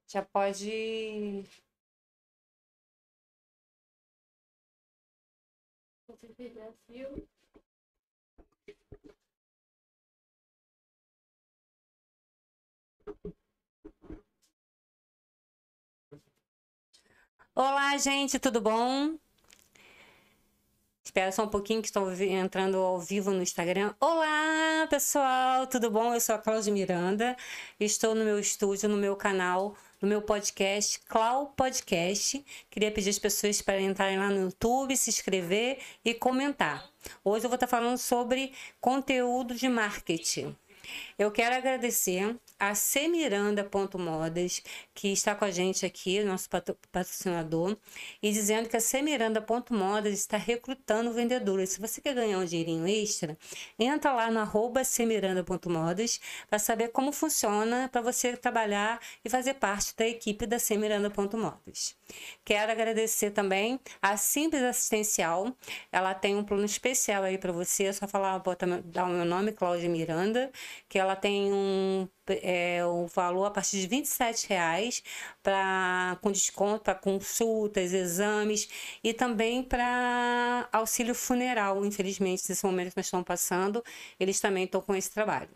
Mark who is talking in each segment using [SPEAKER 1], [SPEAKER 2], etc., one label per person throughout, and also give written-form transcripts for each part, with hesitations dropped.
[SPEAKER 1] Já pode. Olá, gente, tudo bom? Espera só um pouquinho que estou entrando ao vivo no Instagram. Olá, pessoal, tudo bom? Eu sou a Cláudia Miranda. Estou no meu estúdio, no meu canal, no meu podcast, Clau Podcast. Queria pedir às pessoas para entrarem lá no YouTube, se inscrever e comentar. Hoje eu vou estar falando sobre conteúdo de marketing. Eu quero agradecer a Semiranda.modas, que está com a gente aqui, nosso patrocinador, e dizendo que a Semiranda.modas está recrutando vendedoras. Se você quer ganhar um dinheirinho extra, entra lá no @semiranda.modas para saber como funciona para você trabalhar e fazer parte da equipe da Semiranda.modas. Quero agradecer também a Simples Assistencial. Ela tem um plano especial aí para você. É só falar, dar o meu nome, Cláudia Miranda, que ela tem um valor a partir de R$ 27 com desconto para consultas, exames e também para auxílio funeral. Infelizmente, nesse momento que nós estamos passando, eles também estão com esse trabalho.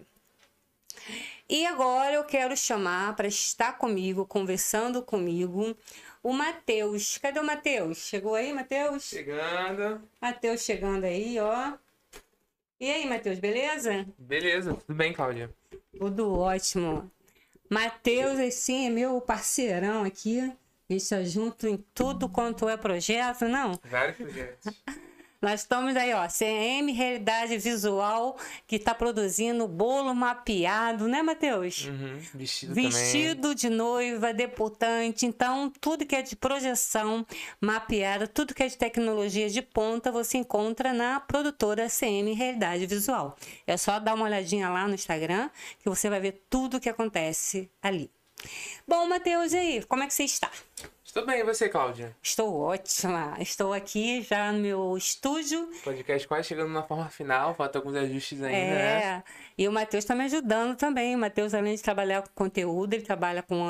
[SPEAKER 1] E agora eu quero chamar para estar comigo, conversando comigo, o Matheus. Cadê o Matheus? Chegou aí, Matheus?
[SPEAKER 2] Chegando.
[SPEAKER 1] Matheus chegando aí, ó. E aí, Matheus, beleza?
[SPEAKER 2] Beleza, tudo bem, Cláudia?
[SPEAKER 1] Tudo ótimo. Matheus, assim, é meu parceirão aqui. A gente está junto em tudo quanto é projeto, não?
[SPEAKER 2] Vários projetos.
[SPEAKER 1] Nós estamos aí, ó, CM Realidade Visual, que está produzindo bolo mapeado, né, Matheus?
[SPEAKER 2] Vestido também.
[SPEAKER 1] Vestido de noiva, debutante. Então, tudo que é de projeção mapeada, tudo que é de tecnologia de ponta, você encontra na produtora CM Realidade Visual. É só dar uma olhadinha lá no Instagram, que você vai ver tudo o que acontece ali. Bom, Matheus, e aí? Como é que você está?
[SPEAKER 2] Estou bem, e você, Cláudia?
[SPEAKER 1] Estou ótima. Estou aqui já no meu estúdio.
[SPEAKER 2] Podcast quase chegando na forma final, falta alguns ajustes ainda, né?
[SPEAKER 1] E o Matheus está me ajudando também. O Matheus, além de trabalhar com conteúdo, ele trabalha com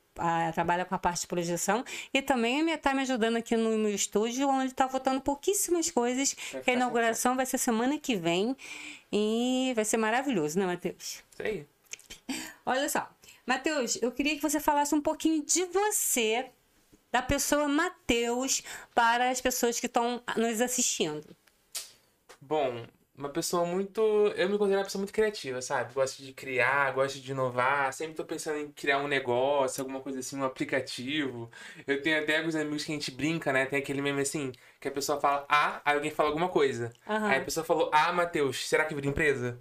[SPEAKER 1] a parte de projeção e também está me ajudando aqui no meu estúdio, onde está faltando pouquíssimas coisas, que a inauguração vai ser semana que vem e vai ser maravilhoso, né, Matheus?
[SPEAKER 2] Isso aí.
[SPEAKER 1] Olha só, Matheus, eu queria que você falasse um pouquinho de você, da pessoa Matheus, para as pessoas que estão nos assistindo.
[SPEAKER 2] Bom, uma pessoa muito... Eu me considero uma pessoa muito criativa, sabe? Gosto de criar, gosto de inovar, sempre tô pensando em criar um negócio, alguma coisa assim, um aplicativo. Eu tenho até alguns amigos que a gente brinca, né? Tem aquele meme assim, que a pessoa fala aí alguém fala alguma coisa. Aí a pessoa falou, Matheus, será que vira empresa?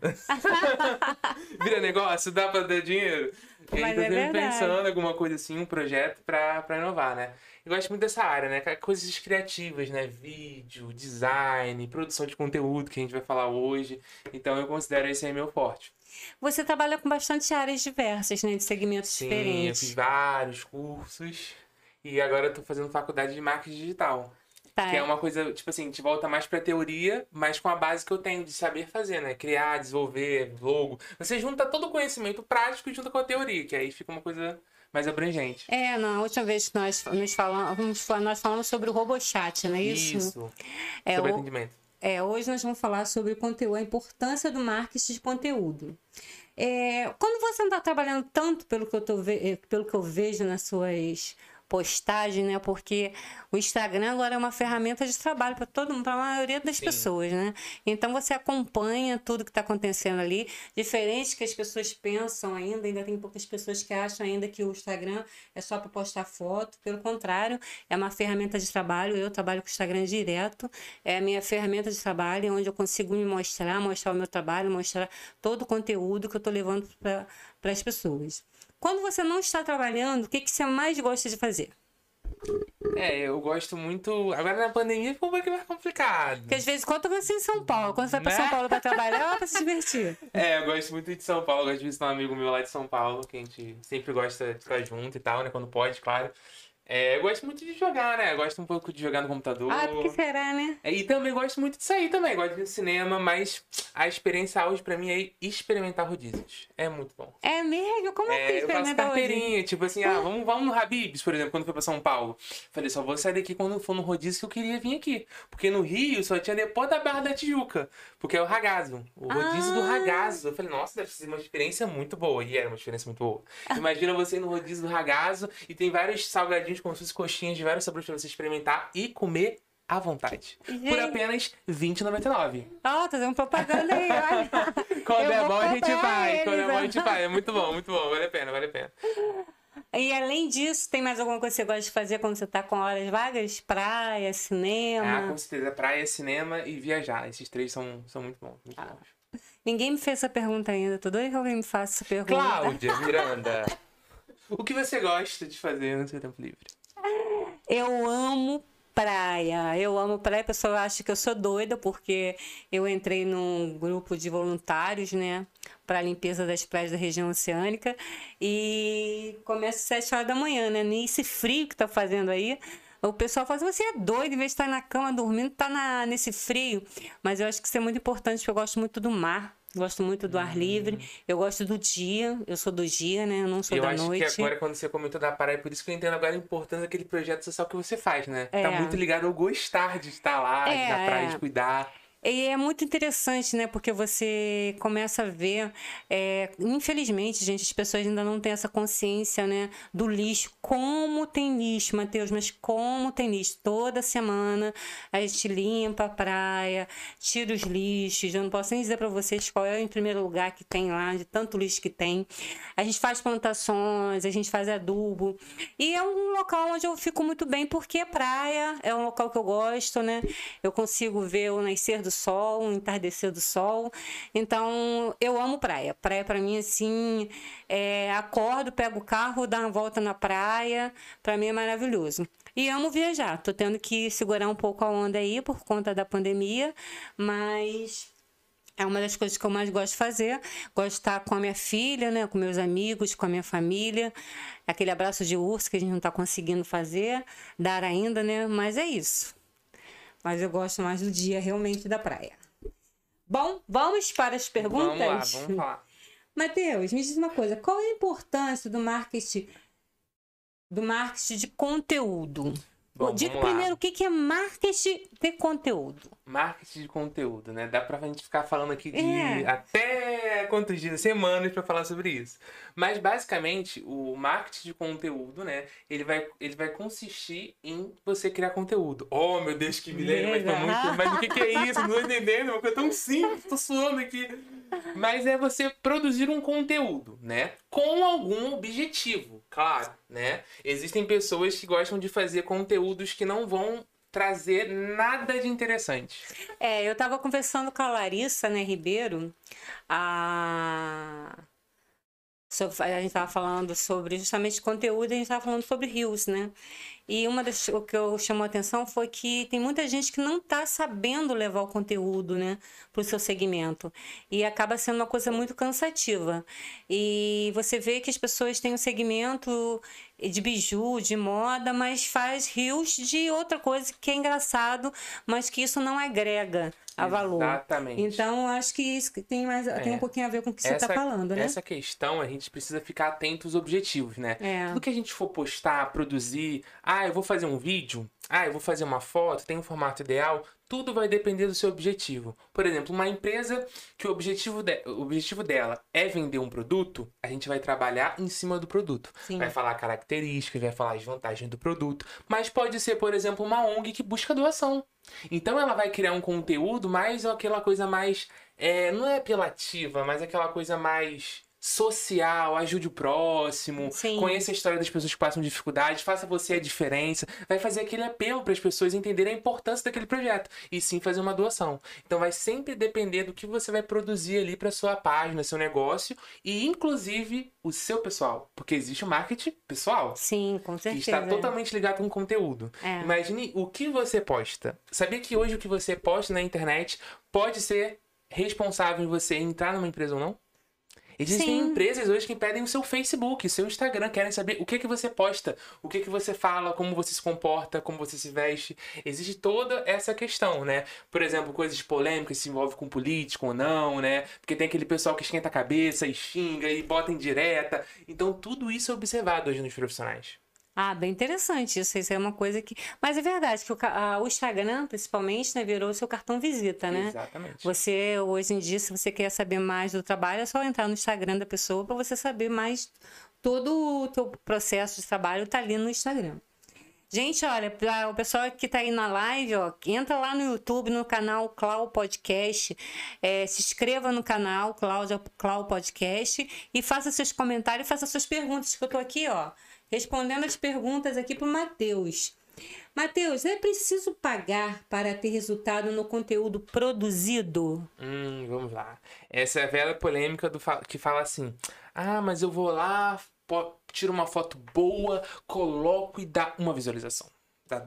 [SPEAKER 2] Vira negócio? Dá pra dar dinheiro? E aí tá sempre pensando em alguma coisa assim, um projeto pra inovar, né? Eu gosto muito dessa área, né? Coisas criativas, né? Vídeo, design, produção de conteúdo, que a gente vai falar hoje. Então eu considero esse aí meu forte.
[SPEAKER 1] Você trabalha com bastante áreas diversas, né? De segmentos diferentes.
[SPEAKER 2] Sim, eu fiz vários cursos. E agora eu tô fazendo faculdade de marketing digital. Que é uma coisa, tipo assim, te volta mais pra teoria, mas com a base que eu tenho de saber fazer, né? Criar, desenvolver, logo. Você junta todo o conhecimento prático e junta com a teoria, que aí fica uma coisa mais abrangente.
[SPEAKER 1] Na última vez que nós falamos sobre o RoboChat, não é isso?
[SPEAKER 2] Isso. Sobre atendimento.
[SPEAKER 1] Hoje nós vamos falar sobre o conteúdo, a importância do marketing de conteúdo. Quando você não está trabalhando tanto pelo que eu vejo nas suas postagens, né? Porque o Instagram agora é uma ferramenta de trabalho para a maioria das pessoas, né? Então você acompanha tudo que está acontecendo ali, diferente que as pessoas pensam ainda tem poucas pessoas que acham ainda que o Instagram é só para postar foto. Pelo contrário, é uma ferramenta de trabalho. Eu trabalho com o Instagram direto, é a minha ferramenta de trabalho, onde eu consigo me mostrar o meu trabalho, mostrar todo o conteúdo que eu estou levando para as pessoas. Quando você não está trabalhando, o que você mais gosta de fazer?
[SPEAKER 2] Eu gosto muito... Agora na pandemia ficou um pouco mais complicado.
[SPEAKER 1] Porque às vezes, quando você em São Paulo, quando você vai para São Paulo para trabalhar, é para se divertir.
[SPEAKER 2] Eu gosto muito de São Paulo, eu gosto de visitar um amigo meu lá de São Paulo, que a gente sempre gosta de ficar junto e tal, né? Quando pode, claro. Eu gosto muito de jogar, né? Eu gosto um pouco de jogar no computador.
[SPEAKER 1] Ah, por que será, né?
[SPEAKER 2] E também gosto muito de sair também. Gosto de ir no cinema, mas a experiência hoje pra mim é experimentar rodízios. É muito bom.
[SPEAKER 1] É mesmo? Como assim
[SPEAKER 2] Eu faço
[SPEAKER 1] experimentar hoje?
[SPEAKER 2] carteirinha, tipo assim, vamos no Habib's, por exemplo, quando foi pra São Paulo. Falei, só vou sair daqui quando for no rodízio que eu queria vir aqui. Porque no Rio só tinha depois da Barra da Tijuca. Porque é o ragazzo. O rodízio do ragazzo. Eu falei, nossa, deve ser uma experiência muito boa. E era uma experiência muito boa. Imagina você ir no rodízio do ragazzo e tem vários salgadinhos como se fossem coxinhas de vários sabores pra você experimentar e comer à vontade. Por apenas R$20,99.
[SPEAKER 1] Ó, tá fazendo propaganda aí, olha.
[SPEAKER 2] Quando
[SPEAKER 1] Eu
[SPEAKER 2] é
[SPEAKER 1] vou
[SPEAKER 2] bom, a gente
[SPEAKER 1] comprar
[SPEAKER 2] vai. Quando é
[SPEAKER 1] eles,
[SPEAKER 2] bom,
[SPEAKER 1] ó.
[SPEAKER 2] a gente vai. É muito bom, muito bom. Vale a pena, vale a pena.
[SPEAKER 1] E além disso, tem mais alguma coisa que você gosta de fazer quando você tá com horas vagas? Praia, cinema?
[SPEAKER 2] Com certeza. Praia, cinema e viajar. Esses três são muito bons. Muito bons.
[SPEAKER 1] Ninguém me fez essa pergunta ainda. Tô doida que alguém me faça essa pergunta.
[SPEAKER 2] Cláudia Miranda, o que você gosta de fazer no seu tempo livre?
[SPEAKER 1] Eu amo praia. Eu amo praia. A pessoa acha que eu sou doida porque eu entrei num grupo de voluntários, né? Para a limpeza das praias da região oceânica. E começa às 7 horas da manhã, né? Nesse frio que tá fazendo aí. O pessoal fala assim, você é doido, em vez de estar na cama dormindo, tá nesse frio. Mas eu acho que isso é muito importante, porque eu gosto muito do mar. Gosto muito do ar livre. Eu gosto do dia. Eu sou do dia, né? Eu não sou da noite.
[SPEAKER 2] Eu acho que agora, quando você comentou da praia, por isso que eu entendo agora a importância daquele projeto social que você faz, né? Tá muito ligado ao gostar de estar lá, de ir na praia, de cuidar.
[SPEAKER 1] E é muito interessante, né? Porque você começa a ver... infelizmente, gente, as pessoas ainda não têm essa consciência, né? Do lixo. Como tem lixo, Matheus? Mas como tem lixo? Toda semana a gente limpa a praia, tira os lixos. Eu não posso nem dizer para vocês qual é o em primeiro lugar que tem lá, de tanto lixo que tem. A gente faz plantações, a gente faz adubo. E é um local onde eu fico muito bem, porque a praia é um local que eu gosto, né? Eu consigo ver o nascer do sol, o entardecer do sol. Então, eu amo praia. Praia, pra mim, assim, acordo, pego o carro, dou uma volta na praia. Pra mim é maravilhoso. E amo viajar. Tô tendo que segurar um pouco a onda aí por conta da pandemia, mas é uma das coisas que eu mais gosto de fazer. Gosto de estar com a minha filha, né? Com meus amigos, com a minha família. Aquele abraço de urso que a gente não tá conseguindo fazer, dar ainda, né? Mas é isso. Mas eu gosto mais do dia, realmente, da praia. Bom, vamos para as perguntas?
[SPEAKER 2] Vamos lá, vamos falar.
[SPEAKER 1] Matheus, me diz uma coisa. Qual é a importância do marketing de conteúdo?
[SPEAKER 2] Bom,
[SPEAKER 1] primeiro, o que é marketing de conteúdo?
[SPEAKER 2] Marketing de conteúdo, né? Dá pra gente ficar falando aqui de até quantos dias, semanas pra falar sobre isso. Mas, basicamente, o marketing de conteúdo, né? Ele vai consistir em você criar conteúdo. Oh, meu Deus, que milênio, mas foi muito... Mas o que é isso? Não tô entendendo, uma coisa tão simples, tô suando aqui. Mas é você produzir um conteúdo, né? Com algum objetivo, claro, né? Existem pessoas que gostam de fazer conteúdos que não vão trazer nada de interessante.
[SPEAKER 1] Eu estava conversando com a Larissa, né, Ribeiro, a gente estava falando sobre justamente conteúdo, a gente estava falando sobre Reels, né? E o que eu chamou a atenção foi que tem muita gente que não está sabendo levar o conteúdo, né, para o seu segmento. E acaba sendo uma coisa muito cansativa. E você vê que as pessoas têm um segmento de biju, de moda, mas faz Reels de outra coisa que é engraçado, mas que isso não agrega a valor.
[SPEAKER 2] Exatamente.
[SPEAKER 1] Então, acho que isso tem um pouquinho a ver com o que você está falando, né?
[SPEAKER 2] Essa questão, a gente precisa ficar atento aos objetivos, né? Tudo que a gente for postar, produzir, eu vou fazer um vídeo, eu vou fazer uma foto, tem um formato ideal, tudo vai depender do seu objetivo. Por exemplo, uma empresa que o objetivo dela é vender um produto, a gente vai trabalhar em cima do produto. Sim. Vai falar características, vai falar as vantagens do produto. Mas pode ser, por exemplo, uma ONG que busca doação. Então ela vai criar um conteúdo mais aquela coisa mais... não é apelativa, mas aquela coisa mais... social, ajude o próximo,
[SPEAKER 1] Sim.
[SPEAKER 2] Conheça a história das pessoas que passam dificuldade, faça você a diferença, vai fazer aquele apelo para as pessoas entenderem a importância daquele projeto e sim fazer uma doação. Então vai sempre depender do que você vai produzir ali para sua página, seu negócio e inclusive o seu pessoal, porque existe o marketing pessoal.
[SPEAKER 1] Sim, com certeza.
[SPEAKER 2] Que está totalmente ligado com o conteúdo. Imagine o que você posta. Sabia que hoje o que você posta na internet pode ser responsável em você entrar numa empresa ou não? Existem
[SPEAKER 1] Sim.
[SPEAKER 2] empresas hoje que pedem o seu Facebook, o seu Instagram, querem saber o que você posta, o que você fala, como você se comporta, como você se veste. Existe toda essa questão, né? Por exemplo, coisas polêmicas, se envolve com político ou não, né? Porque tem aquele pessoal que esquenta a cabeça e xinga e bota em direta. Então, tudo isso é observado hoje nos profissionais.
[SPEAKER 1] Ah, bem interessante isso. Isso é uma coisa que. Mas é verdade que o Instagram, principalmente, né, virou o seu cartão visita, né?
[SPEAKER 2] Exatamente.
[SPEAKER 1] Você, hoje em dia, se você quer saber mais do trabalho, é só entrar no Instagram da pessoa para você saber mais. Todo o teu processo de trabalho tá ali no Instagram. Gente, olha, para o pessoal que tá aí na live, ó, entra lá no YouTube, no canal Clau Podcast, se inscreva no canal Clau Podcast e faça seus comentários, faça suas perguntas, que eu tô aqui, ó, respondendo as perguntas aqui pro Matheus. Matheus, é preciso pagar para ter resultado no conteúdo produzido?
[SPEAKER 2] Vamos lá. Essa é a velha polêmica que fala assim: ah, mas eu vou lá, tiro uma foto boa, coloco e dá uma visualização. Dá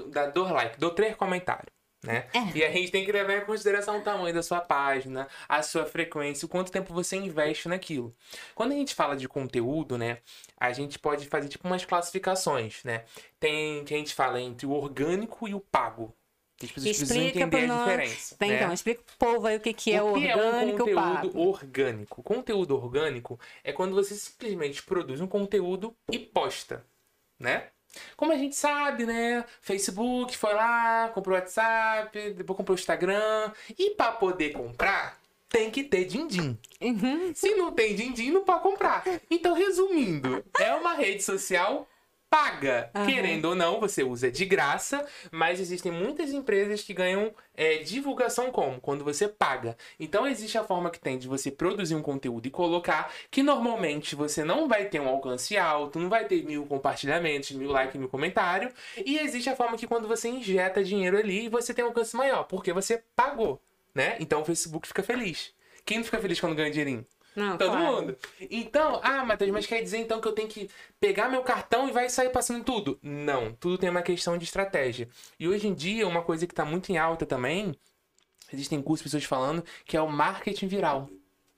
[SPEAKER 2] 2 likes, dou 3 comentários, né? E a gente tem que levar em consideração o tamanho da sua página, a sua frequência, o quanto tempo você investe naquilo. Quando a gente fala de conteúdo, né, a gente pode fazer tipo umas classificações, né? Tem que a gente fala entre o orgânico e o pago. As pessoas precisam entender a diferença.
[SPEAKER 1] Bem,
[SPEAKER 2] né?
[SPEAKER 1] então, explica pro povo aí o que é o orgânico e o pago.
[SPEAKER 2] Conteúdo orgânico? Conteúdo orgânico é quando você simplesmente produz um conteúdo e posta, né? Como a gente sabe, né? Facebook foi lá, comprou o WhatsApp, depois comprou o Instagram. E para poder comprar, tem que ter din-din. Se não tem din-din, não pode comprar. Então, resumindo, é uma rede social paga. Querendo ou não, você usa de graça, mas existem muitas empresas que ganham divulgação como? Quando você paga. Então existe a forma que tem de você produzir um conteúdo e colocar, que normalmente você não vai ter um alcance alto, não vai ter 1000 compartilhamentos, 1000 likes, 1000 comentários, e existe a forma que quando você injeta dinheiro ali, você tem um alcance maior, porque você pagou, né? Então o Facebook fica feliz. Quem não fica feliz quando ganha dinheirinho?
[SPEAKER 1] Não,
[SPEAKER 2] Todo
[SPEAKER 1] claro.
[SPEAKER 2] mundo. Então, Matheus, mas quer dizer então que eu tenho que pegar meu cartão e vai sair passando tudo? Não, tudo tem uma questão de estratégia. E hoje em dia, uma coisa que está muito em alta também, existem cursos, pessoas falando, que é o marketing viral.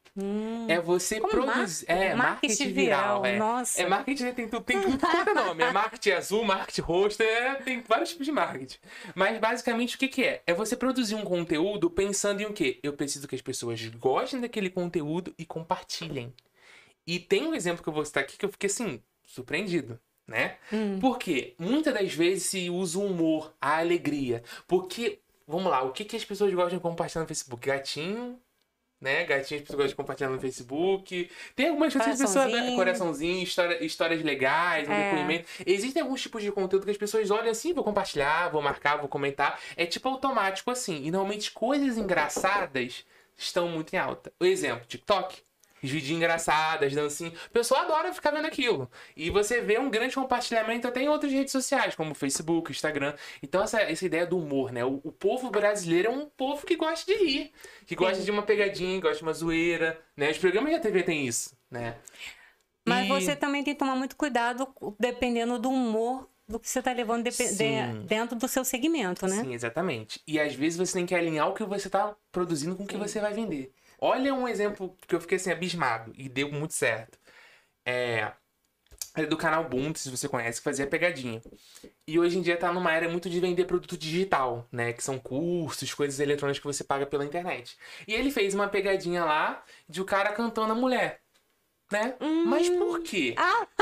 [SPEAKER 2] É você produzir. Marketing viral.
[SPEAKER 1] Nossa.
[SPEAKER 2] É marketing, tem tudo quanto é nome. É marketing azul, marketing roxo, tem vários tipos de marketing. Mas basicamente o que é? É você produzir um conteúdo pensando em o quê? Eu preciso que as pessoas gostem daquele conteúdo e compartilhem. E tem um exemplo que eu vou citar aqui que eu fiquei assim, surpreendido, né? Porque muitas das vezes se usa o humor, a alegria. Porque, vamos lá, o que as pessoas gostam de compartilhar no Facebook? Gatinho, né? Gatinhos, pessoas gostam de compartilhar no Facebook. Tem algumas coisas que as pessoas... Coraçãozinho, histórias legais, um depoimento. Existem alguns tipos de conteúdo que as pessoas olham assim, vou compartilhar, vou marcar, vou comentar. É tipo automático assim. E normalmente coisas engraçadas estão muito em alta. O exemplo, TikTok. Os vídeos engraçados, dancinha. O pessoal adora ficar vendo aquilo. E você vê um grande compartilhamento até em outras redes sociais, como Facebook, Instagram. Então, essa ideia do humor, né? O povo brasileiro é um povo que gosta de rir. Que gosta de uma pegadinha, gosta de uma zoeira, né? Os programas da TV têm isso, né?
[SPEAKER 1] Mas você também tem que tomar muito cuidado, dependendo do humor do que você está levando dentro do seu segmento, né?
[SPEAKER 2] Sim, exatamente. E às vezes você tem que alinhar o que você está produzindo com o que você vai vender. Olha um exemplo que eu fiquei assim, abismado. E deu muito certo. É do canal Boom, se você conhece, que fazia pegadinha. E hoje em dia tá numa era muito de vender produto digital, né? Que são cursos, coisas eletrônicas que você paga pela internet. E ele fez uma pegadinha lá de o cara cantando a mulher. Né? Mas por quê?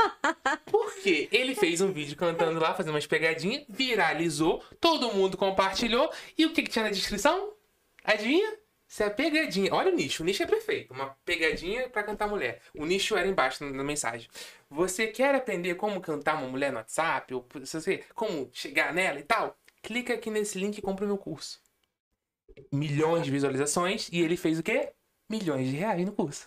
[SPEAKER 2] Por quê? Ele fez um vídeo cantando lá, fazendo umas pegadinhas, viralizou, todo mundo compartilhou. E o que tinha na descrição? Adivinha? Isso é pegadinha. Olha o nicho é perfeito. Uma pegadinha pra cantar mulher. O nicho era embaixo na mensagem. Você quer aprender como cantar uma mulher no WhatsApp? Ou como chegar nela e tal? Clica aqui nesse link e compra o meu curso. Milhões de visualizações. E ele fez o quê? Milhões de reais no curso.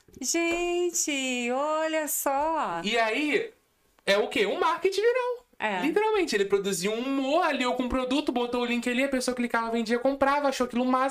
[SPEAKER 1] Gente, olha só.
[SPEAKER 2] E aí, é o quê? Um marketing viral. Literalmente, ele produziu um humor, aliou com um produto, botou o link ali, a pessoa clicava, vendia, comprava, achou aquilo o máximo,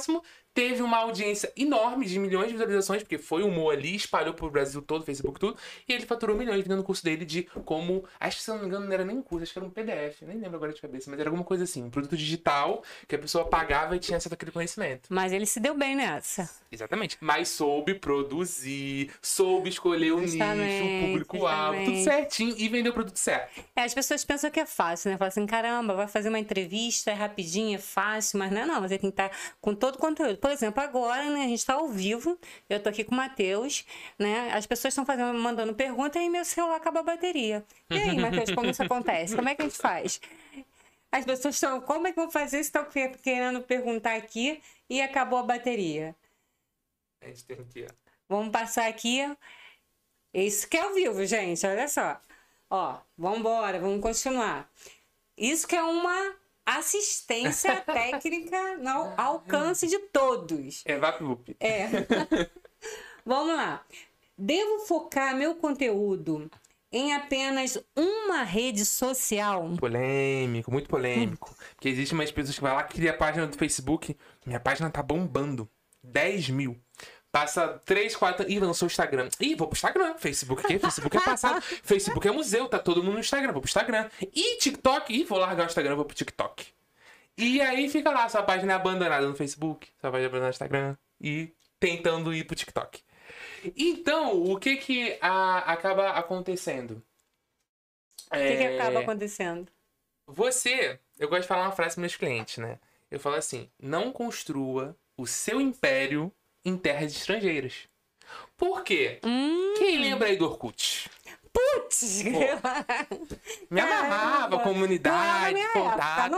[SPEAKER 2] teve uma audiência enorme de milhões de visualizações, porque foi humor ali, espalhou pro Brasil todo, Facebook tudo, e ele faturou milhões vendendo o curso dele de como, acho que se eu não me engano não era nem um curso, acho que era um PDF, nem lembro agora de cabeça, mas era alguma coisa assim, um produto digital que a pessoa pagava e tinha acesso àquele conhecimento.
[SPEAKER 1] Mas ele se deu bem nessa.
[SPEAKER 2] Exatamente. Mas soube produzir, soube escolher o nicho, o público-alvo, tudo certinho e vender o produto certo.
[SPEAKER 1] As pessoas pensam que é fácil, né? Falam assim, caramba, vai fazer uma entrevista, é rapidinho, é fácil, mas não é não. Você tem que estar com todo o conteúdo. Por exemplo, agora, né, a gente está ao vivo, eu tô aqui com o Matheus, né? As pessoas estão mandando pergunta e meu celular acaba a bateria. E aí, Matheus, como isso acontece? Como é que a gente faz? As pessoas estão, como é que vão fazer? Estão querendo perguntar aqui e acabou a bateria.
[SPEAKER 2] A gente tem que...
[SPEAKER 1] Vamos passar aqui. Isso que é ao vivo, gente, olha só. Ó, vambora, vamos continuar. Isso que é uma assistência técnica no alcance de todos.
[SPEAKER 2] É VaptVup.
[SPEAKER 1] É. Vamos lá. Devo focar meu conteúdo em apenas uma rede social?
[SPEAKER 2] Polêmico, muito polêmico. Porque existem umas pessoas que vão lá, cria a página do Facebook. Minha página tá bombando. 10 mil. Passa 3, 4... Ih, lançou o Instagram. Ih, vou pro Instagram. Facebook aqui, Facebook é passado. Facebook é museu, tá todo mundo no Instagram. Vou pro Instagram. E TikTok? Ih, vou largar o Instagram, vou pro TikTok. E aí fica lá, sua página abandonada no Facebook, sua página abandonada no Instagram. E tentando ir pro TikTok. Então, o que acaba acontecendo?
[SPEAKER 1] O que acaba acontecendo?
[SPEAKER 2] Eu gosto de falar uma frase para meus clientes, né? Eu falo assim, não construa o seu império em terras estrangeiras. Por quê? Quem lembra aí do Orkut?
[SPEAKER 1] Putz!
[SPEAKER 2] Me amarrava, comunidade, contato.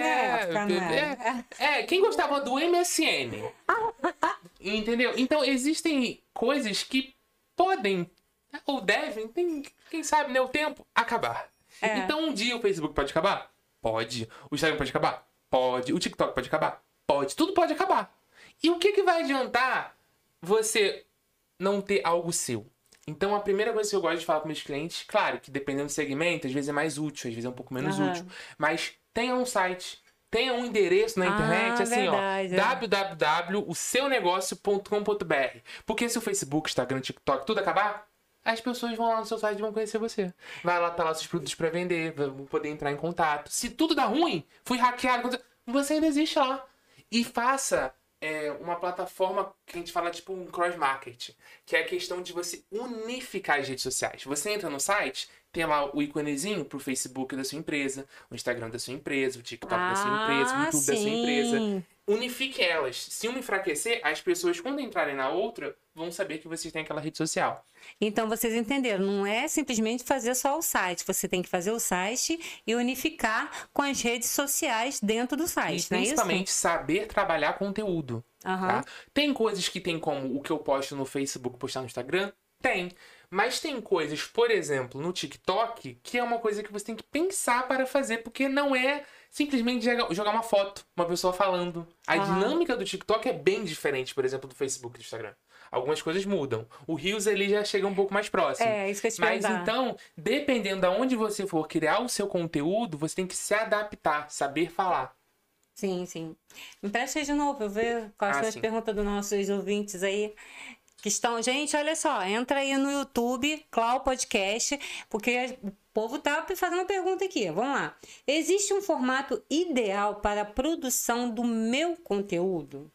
[SPEAKER 2] Quem gostava do MSN? Entendeu? Então, existem coisas que podem, ou devem, quem sabe, né, o tempo, acabar. Então, um dia o Facebook pode acabar? Pode. O Instagram pode acabar? Pode. O TikTok pode acabar? Pode. Tudo pode acabar. E o que vai adiantar você não ter algo seu? Então, a primeira coisa que eu gosto de falar para meus clientes, claro que dependendo do segmento, às vezes é mais útil, às vezes é um pouco menos útil, mas tenha um site, tenha um endereço na internet, assim,
[SPEAKER 1] verdade,
[SPEAKER 2] www.oseunegocio.com.br. Porque se o Facebook, Instagram, TikTok, tudo acabar, as pessoas vão lá no seu site e vão conhecer você. Vai lá, tá lá seus produtos para vender, vão poder entrar em contato. Se tudo dá ruim, fui hackeado, você ainda existe lá. E faça uma plataforma que a gente fala tipo um cross-market, que é a questão de você unificar as redes sociais. Você entra no site, tem lá o íconezinho pro Facebook da sua empresa, o Instagram da sua empresa, o TikTok da sua empresa, o YouTube da sua empresa. Unifique elas. Se uma enfraquecer, as pessoas, quando entrarem na outra, vão saber que vocês têm aquela rede social.
[SPEAKER 1] Então, vocês entenderam, não é simplesmente fazer só o site. Você tem que fazer o site e unificar com as redes sociais dentro do site,
[SPEAKER 2] e
[SPEAKER 1] não é
[SPEAKER 2] principalmente
[SPEAKER 1] isso?
[SPEAKER 2] saber trabalhar conteúdo. Tá? Tem coisas que tem como o que eu posto no Facebook postar no Instagram? Tem. Mas tem coisas, por exemplo, no TikTok, que é uma coisa que você tem que pensar para fazer, porque não é simplesmente jogar uma foto, uma pessoa falando. A dinâmica do TikTok é bem diferente, por exemplo, do Facebook e do Instagram. Algumas coisas mudam. O Reels, ele já chega um pouco mais próximo.
[SPEAKER 1] Isso que eu te
[SPEAKER 2] Mas
[SPEAKER 1] perguntar.
[SPEAKER 2] então, dependendo de onde você for criar o seu conteúdo, você tem que se adaptar, saber falar.
[SPEAKER 1] Sim, sim. Me empresta aí de novo pra eu ver quais são as perguntas dos nossos ouvintes aí. Que estão... Gente, olha só, entra aí no YouTube, Clau Podcast, porque o povo tá fazendo uma pergunta aqui. Vamos lá. Existe um formato ideal para a produção do meu conteúdo?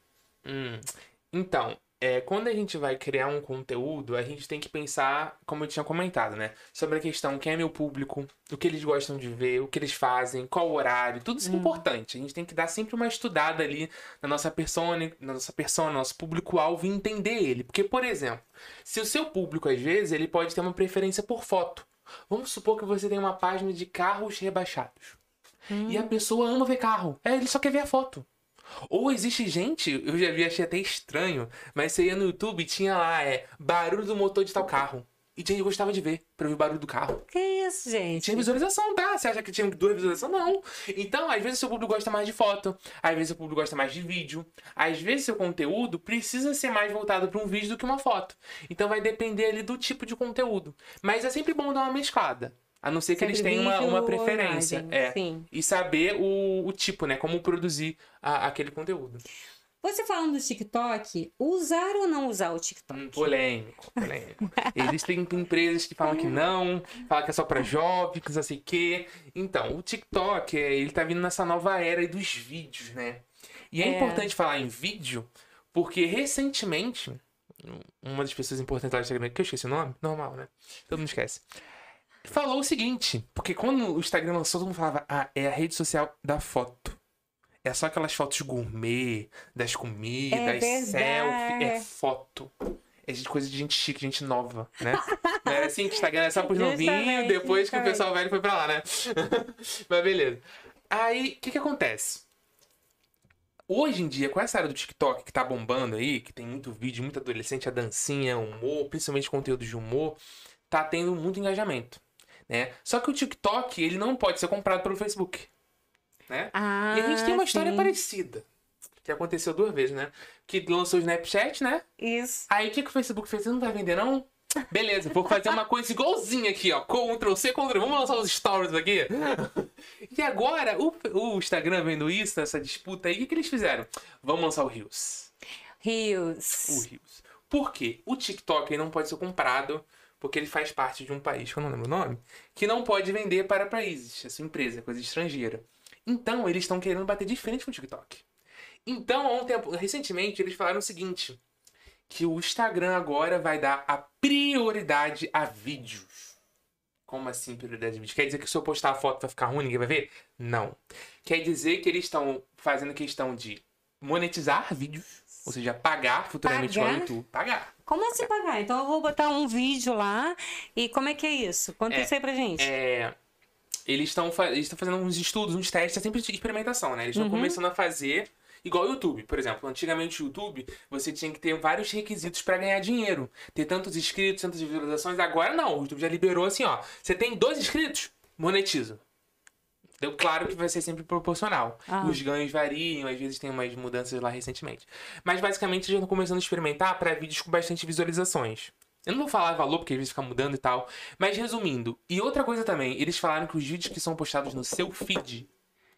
[SPEAKER 2] Então, quando a gente vai criar um conteúdo, a gente tem que pensar, como eu tinha comentado, né? Sobre a questão quem é meu público, o que eles gostam de ver, o que eles fazem, qual o horário, tudo isso é importante. A gente tem que dar sempre uma estudada ali na nossa persona, nosso público-alvo e entender ele. Porque, por exemplo, se o seu público, às vezes, ele pode ter uma preferência por foto. Vamos supor que você tem uma página de carros rebaixados. E a pessoa ama ver carro. Ele só quer ver a foto. Ou existe gente, eu já vi, achei até estranho, mas você ia no YouTube e tinha lá, barulho do motor de tal carro. E tinha gente que gostava de ver, pra ouvir o barulho do carro.
[SPEAKER 1] Que isso, gente?
[SPEAKER 2] Tinha visualização, tá? Você acha que tinha 2 visualizações? Não. Então, às vezes, seu público gosta mais de foto. Às vezes, seu público gosta mais de vídeo. Às vezes, seu conteúdo precisa ser mais voltado para um vídeo do que uma foto. Então, vai depender ali do tipo de conteúdo. Mas é sempre bom dar uma mesclada. A não ser que eles tenham uma preferência.
[SPEAKER 1] Sim.
[SPEAKER 2] E saber o tipo, né? Como produzir aquele conteúdo.
[SPEAKER 1] Você falando do TikTok, usar ou não usar o TikTok?
[SPEAKER 2] Polêmico. Existem empresas que falam que não, falam que é só pra jovens, não sei o quê. Então, o TikTok, ele tá vindo nessa nova era aí dos vídeos, né? E é importante falar em vídeo, porque recentemente, uma das pessoas importantes lá do Instagram, que eu esqueci o nome, normal, né? Todo mundo esquece. Falou o seguinte, porque quando o Instagram lançou, todo mundo falava, é a rede social da foto. É só aquelas fotos gourmet, das comidas, selfie, é foto. É coisa de gente chique, gente nova, né? Não era assim que o Instagram era só pros novinhos, depois que o pessoal velho foi pra lá, né? Mas beleza. Aí, o que acontece? Hoje em dia, com essa área do TikTok que tá bombando aí, que tem muito vídeo, muito adolescente, a dancinha, humor, principalmente conteúdo de humor, tá tendo muito engajamento, né? Só que o TikTok, ele não pode ser comprado pelo Facebook. Né? E a gente tem uma história parecida. Que aconteceu 2 vezes, né? Que lançou o Snapchat, né?
[SPEAKER 1] Isso.
[SPEAKER 2] Aí o que o Facebook fez? Você não vai vender, não? Beleza, vou fazer uma coisa igualzinha aqui, ó. Ctrl-C, Ctrl-V. Vamos lançar os stories aqui. E agora, o Instagram vendo isso, essa disputa aí, o que eles fizeram? Vamos lançar o Reels. O Reels. Por quê? O TikTok aí não pode ser comprado porque ele faz parte de um país, que eu não lembro o nome, que não pode vender para países. Essa empresa, coisa estrangeira. Então, eles estão querendo bater de frente com o TikTok. Então, há um tempo, recentemente, eles falaram o seguinte, que o Instagram agora vai dar a prioridade a vídeos. Como assim prioridade a vídeos? Quer dizer que se eu postar a foto vai ficar ruim, ninguém vai ver? Não. Quer dizer que eles estão fazendo questão de monetizar vídeos, ou seja, pagar futuramente no YouTube. Pagar.
[SPEAKER 1] Como assim pagar? Então eu vou botar um vídeo lá e como é que é isso? Conta isso aí pra gente.
[SPEAKER 2] Eles estão fazendo uns estudos, uns testes, é sempre experimentação, né? Eles estão começando a fazer igual o YouTube, por exemplo. Antigamente o YouTube, você tinha que ter vários requisitos para ganhar dinheiro. Ter tantos inscritos, tantas visualizações. Agora não, o YouTube já liberou assim, ó. Você tem 2 inscritos, monetiza. Deu claro que vai ser sempre proporcional. Os ganhos variam, às vezes tem umas mudanças lá recentemente. Mas basicamente eles já estão começando a experimentar para vídeos com bastante visualizações. Eu não vou falar valor, porque às vezes fica mudando e tal. Mas resumindo. E outra coisa também. Eles falaram que os vídeos que são postados no seu feed,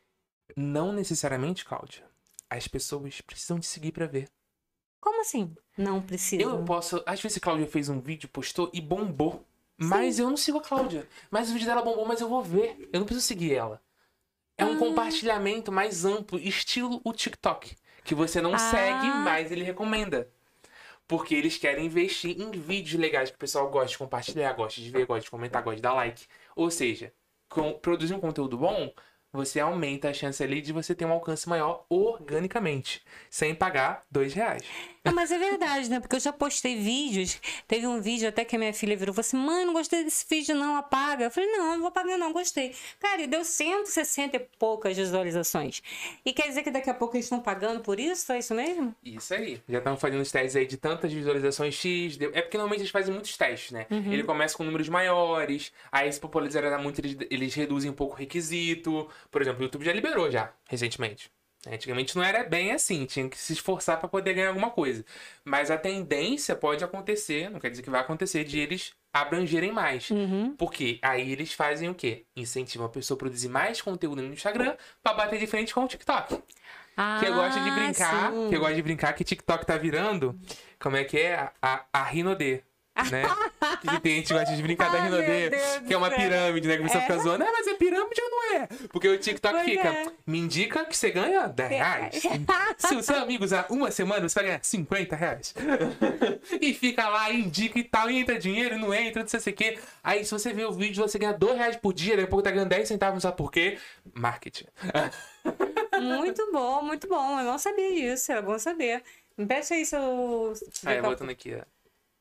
[SPEAKER 2] não necessariamente, Cláudia, as pessoas precisam te seguir pra ver.
[SPEAKER 1] Como assim? Não precisa.
[SPEAKER 2] Eu posso... Às vezes a Cláudia fez um vídeo, postou e bombou. Mas eu não sigo a Cláudia. Mas o vídeo dela bombou, mas eu vou ver. Eu não preciso seguir ela. É um compartilhamento mais amplo, estilo o TikTok. Que você não segue, mas ele recomenda. Porque eles querem investir em vídeos legais que o pessoal gosta de compartilhar, gosta de ver, gosta de comentar, gosta de dar like. Ou seja, produzir um conteúdo bom, você aumenta a chance ali de você ter um alcance maior organicamente, sem pagar R$2.
[SPEAKER 1] Mas é verdade, né? Porque eu já postei vídeos. Teve um vídeo até que a minha filha virou e falou assim: mãe, não gostei desse vídeo, não, apaga. Eu falei: não vou apagar, não, gostei. Cara, e deu 160 e poucas visualizações. E quer dizer que daqui a pouco eles estão pagando por isso? É isso mesmo?
[SPEAKER 2] Isso aí. Já estão fazendo os testes aí de tantas visualizações X. É porque normalmente eles fazem muitos testes, né? Ele começa com números maiores, aí se popularizar muito, eles reduzem um pouco o requisito. Por exemplo, o YouTube já liberou já, recentemente. Antigamente não era bem assim, tinha que se esforçar para poder ganhar alguma coisa. Mas a tendência pode acontecer, não quer dizer que vai acontecer, de eles abrangerem mais. Porque aí eles fazem o quê? Incentivam a pessoa a produzir mais conteúdo no Instagram para bater de frente com o TikTok. Que eu gosto de brincar, que TikTok tá virando, como é que é? A Rinodê. Né? Que tem gente que gosta de brincar da Rinodê, que é uma pirâmide, né? Que a pessoa fica zoando, mas é pirâmide ou não é? Porque o TikTok fica, me indica que você ganha R$10. Se o seu amigo usar uma semana, você vai ganhar R$50. E fica lá, indica e tal, e entra dinheiro, não entra, não sei o que. Aí se você vê o vídeo, você ganha R$2 por dia, daqui a pouco tá ganhando 10 centavos, não sabe por quê? Marketing.
[SPEAKER 1] Muito bom. Eu não sabia disso, é bom saber. Me peça aí seu...
[SPEAKER 2] botando aqui, ó.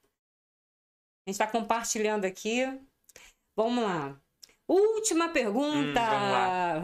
[SPEAKER 1] A gente tá compartilhando aqui. Vamos lá. Última pergunta.
[SPEAKER 2] Vamos lá.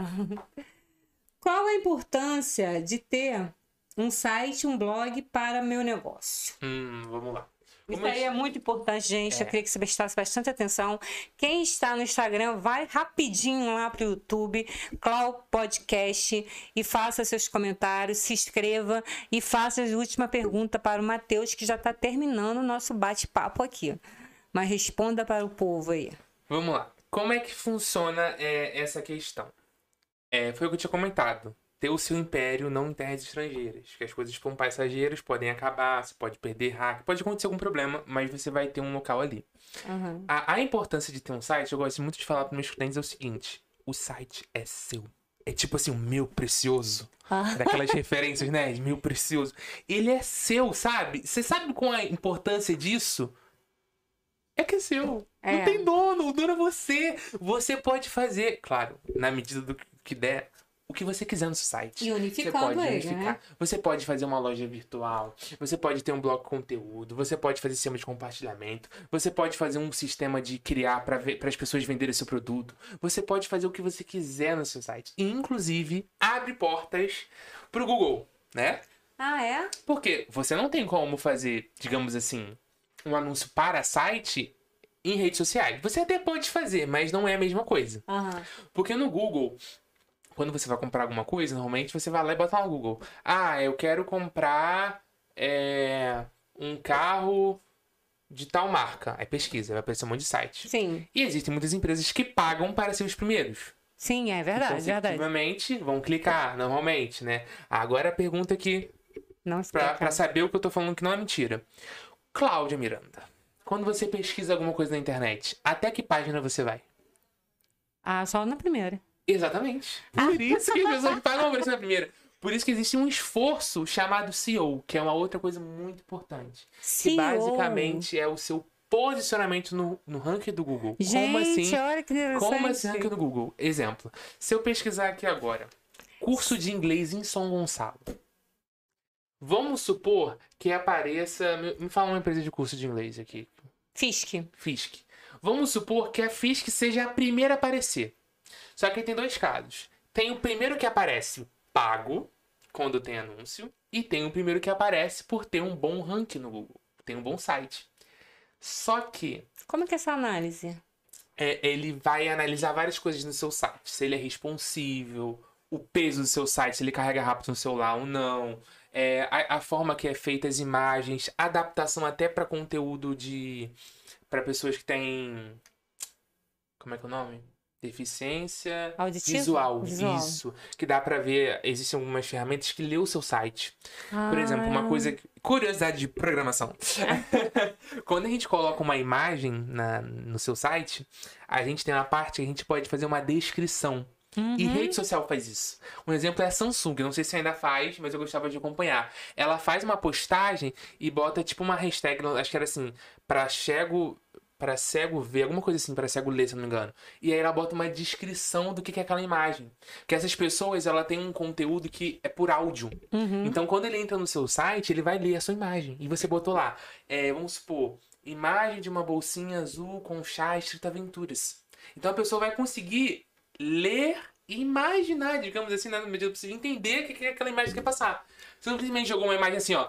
[SPEAKER 1] Qual a importância de ter um site, um blog para meu negócio?
[SPEAKER 2] Vamos lá.
[SPEAKER 1] Isso aí é muito importante, gente. Eu queria que você prestasse bastante atenção. Quem está no Instagram, vai rapidinho lá para o YouTube, Clau Podcast, e faça seus comentários, se inscreva e faça a última pergunta para o Matheus, que já está terminando o nosso bate-papo aqui. Mas responda para o povo aí.
[SPEAKER 2] Vamos lá. Como é que funciona essa questão? Foi o que eu tinha comentado. ter o seu império não em terras estrangeiras. Que as coisas são passageiras, podem acabar, você pode perder hack, pode acontecer algum problema, mas você vai ter um local ali.
[SPEAKER 1] Uhum.
[SPEAKER 2] A importância de ter um site, eu gosto muito de falar para meus clientes, é o seguinte: o site é seu. É tipo assim, o meu precioso. Daquelas referências, né? Meu precioso. Ele é seu, sabe? Você sabe qual a importância disso? É que é seu. Não tem dono. O dono é você. Você pode fazer, claro, na medida do que der, o que você quiser no seu site.
[SPEAKER 1] E unificando ele, né?
[SPEAKER 2] Você pode fazer uma loja virtual. Você pode ter um blog de conteúdo. Você pode fazer sistema de compartilhamento. Você pode fazer um sistema de criar para as pessoas venderem seu produto. Você pode fazer o que você quiser no seu site. E, inclusive, abre portas pro Google, né?
[SPEAKER 1] Ah, é?
[SPEAKER 2] Porque você não tem como fazer, digamos assim, um anúncio para site em redes sociais. Você até pode fazer, mas não é a mesma coisa.
[SPEAKER 1] Uhum.
[SPEAKER 2] Porque no Google, quando você vai comprar alguma coisa, normalmente você vai lá e bota no Google. Ah, eu quero comprar um carro de tal marca. Aí pesquisa, vai aparecer um monte de site.
[SPEAKER 1] Sim.
[SPEAKER 2] E existem muitas empresas que pagam para ser os primeiros.
[SPEAKER 1] Sim, é verdade,
[SPEAKER 2] Então,
[SPEAKER 1] verdade.
[SPEAKER 2] efetivamente, vão clicar, normalmente, né? Agora a pergunta aqui,
[SPEAKER 1] Não
[SPEAKER 2] pra saber o que eu tô falando que não é mentira. Cláudia Miranda, quando você pesquisa alguma coisa na internet, até que página você vai?
[SPEAKER 1] Ah, só na primeira.
[SPEAKER 2] Exatamente. Por isso que as pessoas pagam aparecer na primeira. Por isso que existe um esforço chamado SEO, que é uma outra coisa muito importante.
[SPEAKER 1] SEO.
[SPEAKER 2] Que basicamente é o seu posicionamento no ranking do Google.
[SPEAKER 1] Gente,
[SPEAKER 2] como assim?
[SPEAKER 1] olha que interessante.
[SPEAKER 2] Como assim ranking do Google? Exemplo. Se eu pesquisar aqui agora, curso de inglês em São Gonçalo. Vamos supor que apareça... Me fala uma empresa de curso de inglês aqui.
[SPEAKER 1] Fisk.
[SPEAKER 2] Vamos supor que a Fisk seja a primeira a aparecer. Só que tem dois casos. Tem o primeiro que aparece pago, quando tem anúncio. E tem o primeiro que aparece por ter um bom ranking no Google. Tem um bom site. Só que...
[SPEAKER 1] Como é que é essa análise?
[SPEAKER 2] Ele vai analisar várias coisas no seu site. Se ele é responsível, o peso do seu site, se ele carrega rápido no celular ou não... a forma que é feita as imagens, adaptação até para conteúdo para pessoas que têm, como é que é o nome? Deficiência
[SPEAKER 1] Auditivo?
[SPEAKER 2] Visual. Isso. Que dá pra ver, existem algumas ferramentas que lê o seu site. Por exemplo, uma coisa, curiosidade de programação. Quando a gente coloca uma imagem no seu site, a gente tem uma parte que a gente pode fazer uma descrição. E rede social faz isso. Um exemplo é a Samsung. Não sei se ainda faz, mas eu gostava de acompanhar. Ela faz uma postagem e bota tipo uma hashtag, acho que era assim, para cego ver, alguma coisa assim, para cego ler, se não me engano. E aí ela bota uma descrição do que é aquela imagem. Que essas pessoas, ela tem um conteúdo que é por áudio. Então, quando ele entra no seu site, ele vai ler a sua imagem. E você botou lá, vamos supor, imagem de uma bolsinha azul com chá escrito Aventuras. Então, a pessoa vai conseguir ler e imaginar, digamos assim, na medida do possível, entender o que aquela imagem quer passar. Você não simplesmente jogou uma imagem assim, ó,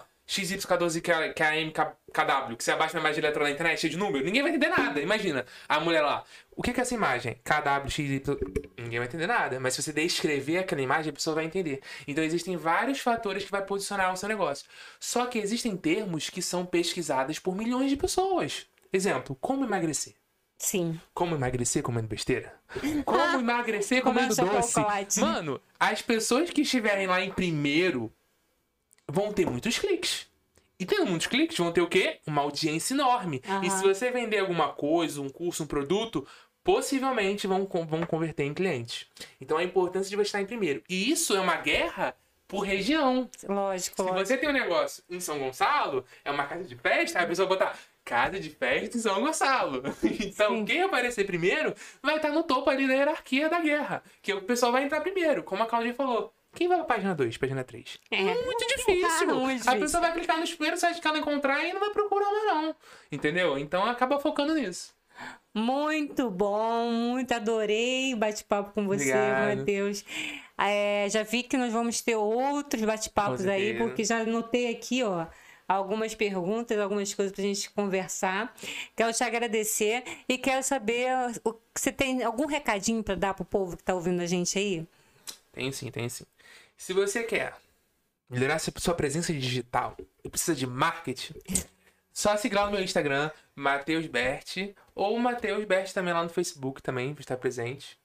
[SPEAKER 2] XY14KMKW, que você abaixa uma imagem de eletrônica na internet cheia de número, ninguém vai entender nada. Imagina, a mulher lá, o que é essa imagem? KWXY, ninguém vai entender nada. Mas se você descrever aquela imagem, a pessoa vai entender. Então existem vários fatores que vai posicionar o seu negócio. Só que existem termos que são pesquisados por milhões de pessoas. Exemplo, como emagrecer?
[SPEAKER 1] Sim.
[SPEAKER 2] Como emagrecer comendo besteira? Como emagrecer comendo doce? Mano, as pessoas que estiverem lá em primeiro vão ter muitos cliques. E tendo muitos cliques, vão ter o quê? Uma audiência enorme. E se você vender alguma coisa, um curso, um produto, possivelmente vão converter em clientes. Então a importância de você estar em primeiro. E isso é uma guerra por região.
[SPEAKER 1] Lógico.
[SPEAKER 2] Se você tem um negócio em São Gonçalo, é uma casa de festa, a pessoa botar casa de festa em São Gonçalo. Então, quem aparecer primeiro vai estar no topo ali da hierarquia da guerra. Que o pessoal vai entrar primeiro, como a Claudinha falou. Quem vai pra página 2, página 3? Muito difícil. A pessoa vai clicar nos primeiros sites que ela encontrar e não vai procurar mais não. Entendeu? Então, acaba focando nisso.
[SPEAKER 1] Muito bom, muito adorei o bate-papo com você,
[SPEAKER 2] Obrigado.
[SPEAKER 1] Matheus. Já vi que nós vamos ter outros bate-papos aí, porque já anotei aqui, ó, algumas perguntas, algumas coisas pra gente conversar. Quero te agradecer e quero saber, você tem algum recadinho pra dar pro povo que tá ouvindo a gente aí?
[SPEAKER 2] Tenho sim. Se você quer melhorar sua presença digital e precisa de marketing, só seguir lá no meu Instagram, Matheus Bert, ou Matheus Bert também lá no Facebook também, está presente.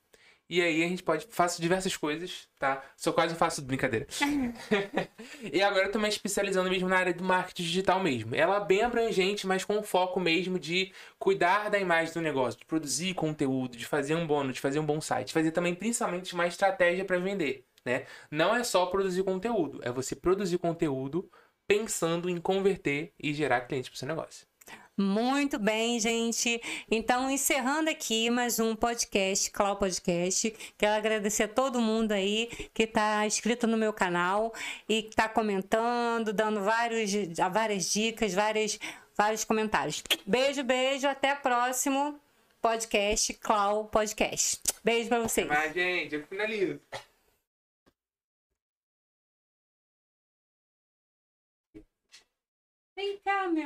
[SPEAKER 2] E aí a gente faço diversas coisas, tá? Só quase faço brincadeira. E agora eu tô me especializando mesmo na área do marketing digital mesmo. Ela é bem abrangente, mas com foco mesmo de cuidar da imagem do negócio, de produzir conteúdo, de fazer um bônus, de fazer um bom site, fazer também principalmente uma estratégia para vender, né? Não é só produzir conteúdo, é você produzir conteúdo pensando em converter e gerar clientes para o seu negócio.
[SPEAKER 1] Muito bem, gente. Então, encerrando aqui mais um podcast, Clau Podcast. Quero agradecer a todo mundo aí que está inscrito no meu canal e que está comentando, dando várias dicas, vários comentários. Beijo, beijo. Até o próximo podcast, Clau Podcast. Beijo para vocês.
[SPEAKER 2] Até mais, gente. Eu finalizo.
[SPEAKER 1] Vem cá, meu.